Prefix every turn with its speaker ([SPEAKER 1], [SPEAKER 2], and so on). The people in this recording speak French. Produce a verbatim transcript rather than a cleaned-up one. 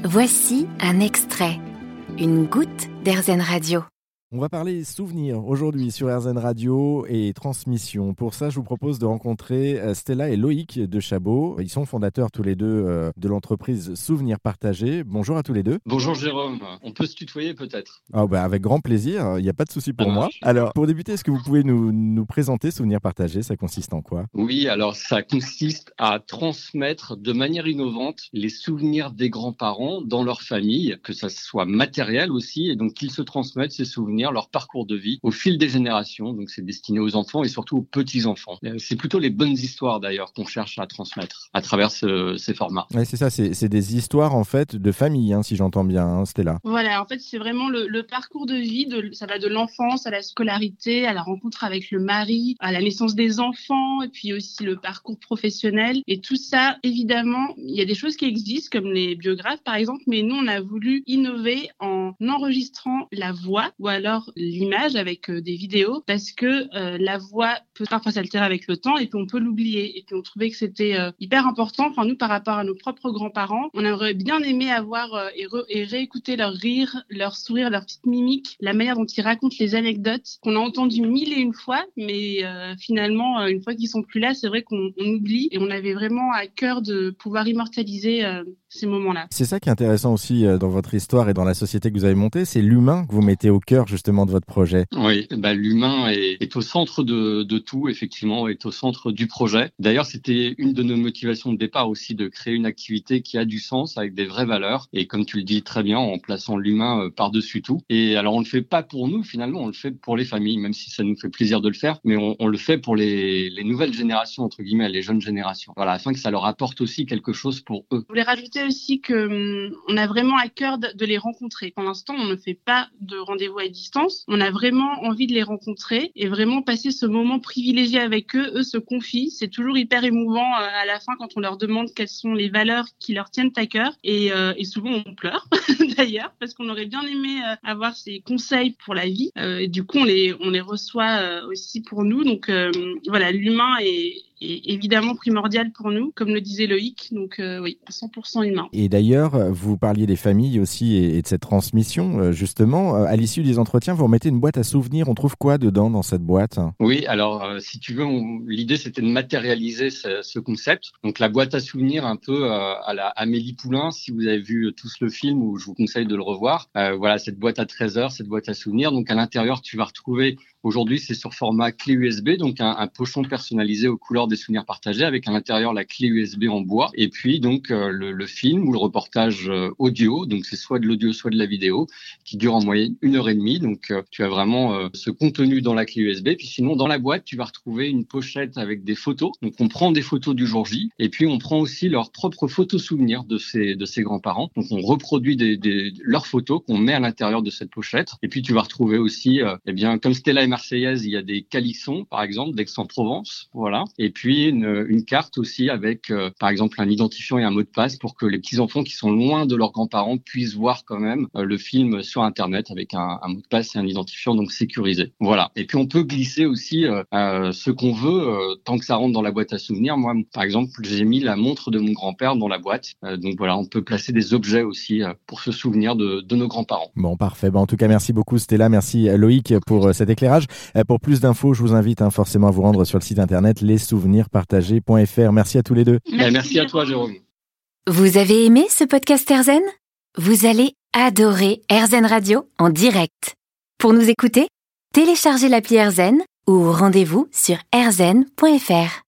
[SPEAKER 1] Voici un extrait, une goutte d'Airzen Radio.
[SPEAKER 2] On va parler souvenirs aujourd'hui sur Airzen Radio et transmission. Pour ça, je vous propose de rencontrer Stella et Loïc de Chabot. Ils sont fondateurs tous les deux euh, de l'entreprise Souvenirs Partagés. Bonjour à tous les deux.
[SPEAKER 3] Bonjour Jérôme, on peut se tutoyer peut-être?
[SPEAKER 2] Ah bah avec grand plaisir, il n'y a pas de souci pour
[SPEAKER 3] Ça
[SPEAKER 2] moi.
[SPEAKER 3] marche.
[SPEAKER 2] Alors, pour débuter, est-ce que vous pouvez nous, nous présenter Souvenirs Partagés? Ça consiste en quoi?
[SPEAKER 3] Oui, alors ça consiste à transmettre de manière innovante les souvenirs des grands-parents dans leur famille, que ça soit matériel aussi, et donc qu'ils se transmettent ces souvenirs, leur parcours de vie au fil des générations. Donc c'est destiné aux enfants et surtout aux petits-enfants. C'est plutôt les bonnes histoires d'ailleurs qu'on cherche à transmettre à travers ce, ces formats.
[SPEAKER 2] Ouais, c'est ça, c'est, c'est des histoires en fait de famille, hein, si j'entends bien, hein, Stella.
[SPEAKER 4] Voilà, en fait c'est vraiment le, le parcours de vie, de, ça va de l'enfance à la scolarité, à la rencontre avec le mari, à la naissance des enfants, et puis aussi le parcours professionnel. Et tout ça, évidemment, il y a des choses qui existent comme les biographes par exemple, mais nous on a voulu innover en enregistrant la voix ou alors l'image avec euh, des vidéos, parce que euh, la voix peut parfois s'altérer avec le temps et puis on peut l'oublier. Et puis on trouvait que c'était euh, hyper important. Enfin nous, par rapport à nos propres grands-parents, on aurait bien aimé avoir euh, et, re- et réécouter leur rire, leur sourire, leur petite mimique, la manière dont ils racontent les anecdotes qu'on a entendues mille et une fois, mais euh, finalement euh, une fois qu'ils sont plus là, c'est vrai qu'on on oublie, et on avait vraiment à cœur de pouvoir immortaliser euh, ces moments-là.
[SPEAKER 2] C'est ça qui est intéressant aussi euh, dans votre histoire et dans la société que vous avez montée, c'est l'humain que vous mettez au cœur justement de votre projet.
[SPEAKER 3] Oui, bah, l'humain est, est au centre de, de tout, effectivement, est au centre du projet. D'ailleurs, c'était une de nos motivations de départ aussi, de créer une activité qui a du sens, avec des vraies valeurs, et comme tu le dis très bien, en plaçant l'humain euh, par-dessus tout. Et alors, on le fait pas pour nous, finalement, on le fait pour les familles, même si ça nous fait plaisir de le faire, mais on, on le fait pour les, les nouvelles générations, entre guillemets, les jeunes générations. Voilà, afin que ça leur apporte aussi quelque chose pour eux.
[SPEAKER 4] Je voulais rajouter aussi que hum, on a vraiment à cœur de, de les rencontrer. Pour l'instant, on ne fait pas de rendez-vous à distance. On a vraiment envie de les rencontrer et vraiment passer ce moment privilégié avec eux. Eux se confient. C'est toujours hyper émouvant euh, à la fin quand on leur demande quelles sont les valeurs qui leur tiennent à cœur. Et, euh, et souvent, on pleure d'ailleurs parce qu'on aurait bien aimé euh, avoir ces conseils pour la vie. Euh, et du coup, on les, on les reçoit euh, aussi pour nous. Donc euh, voilà, l'humain est est évidemment primordial pour nous, comme le disait Loïc, donc euh, oui, cent pour cent humain.
[SPEAKER 2] Et d'ailleurs, vous parliez des familles aussi et, et de cette transmission, justement. À l'issue des entretiens, vous remettez une boîte à souvenirs. On trouve quoi dedans dans cette boîte?
[SPEAKER 3] Oui, alors euh, si tu veux, on, l'idée c'était de matérialiser ce, ce concept. Donc la boîte à souvenirs un peu euh, à la Amélie Poulain, si vous avez vu tous le film, ou je vous conseille de le revoir. Euh, voilà, cette boîte à trésors, cette boîte à souvenirs. Donc à l'intérieur, tu vas retrouver, aujourd'hui c'est sur format clé U S B, donc un, un pochon personnalisé aux couleurs des souvenirs partagés, avec à l'intérieur la clé U S B en bois, et puis donc euh, le, le film ou le reportage euh, audio, donc c'est soit de l'audio soit de la vidéo, qui dure en moyenne une heure et demie. Donc euh, tu as vraiment euh, ce contenu dans la clé U S B. Puis sinon dans la boîte tu vas retrouver une pochette avec des photos. Donc on prend des photos du jour J, et puis on prend aussi leurs propres photos souvenirs de ces de ces grands-parents. Donc on reproduit des, des leurs photos qu'on met à l'intérieur de cette pochette. Et puis tu vas retrouver aussi, euh, eh bien comme Stella est marseillaise, il y a des calissons par exemple d'Aix-en-Provence, voilà. Et puis une, une carte aussi avec euh, par exemple un identifiant et un mot de passe pour que les petits enfants qui sont loin de leurs grands-parents puissent voir quand même euh, le film sur internet avec un, un mot de passe et un identifiant donc sécurisé. Voilà. Et puis on peut glisser aussi euh, euh, ce qu'on veut euh, tant que ça rentre dans la boîte à souvenirs. Moi par exemple j'ai mis la montre de mon grand-père dans la boîte. Euh, donc voilà, on peut placer des objets aussi euh, pour se souvenir de, de nos grands-parents.
[SPEAKER 2] Bon, parfait. Bon, en tout cas, merci beaucoup Stella, merci Loïc pour euh, cet éclairage. Euh, pour plus d'infos, je vous invite hein, forcément à vous rendre sur le site internet les souvenirs partagés point f r. Merci à tous les deux.
[SPEAKER 3] Merci, merci à toi Jérôme.
[SPEAKER 1] Vous avez aimé ce podcast Airzen? Vous allez adorer Airzen Radio en direct. Pour nous écouter, téléchargez l'appli Airzen ou rendez-vous sur airzen point f r.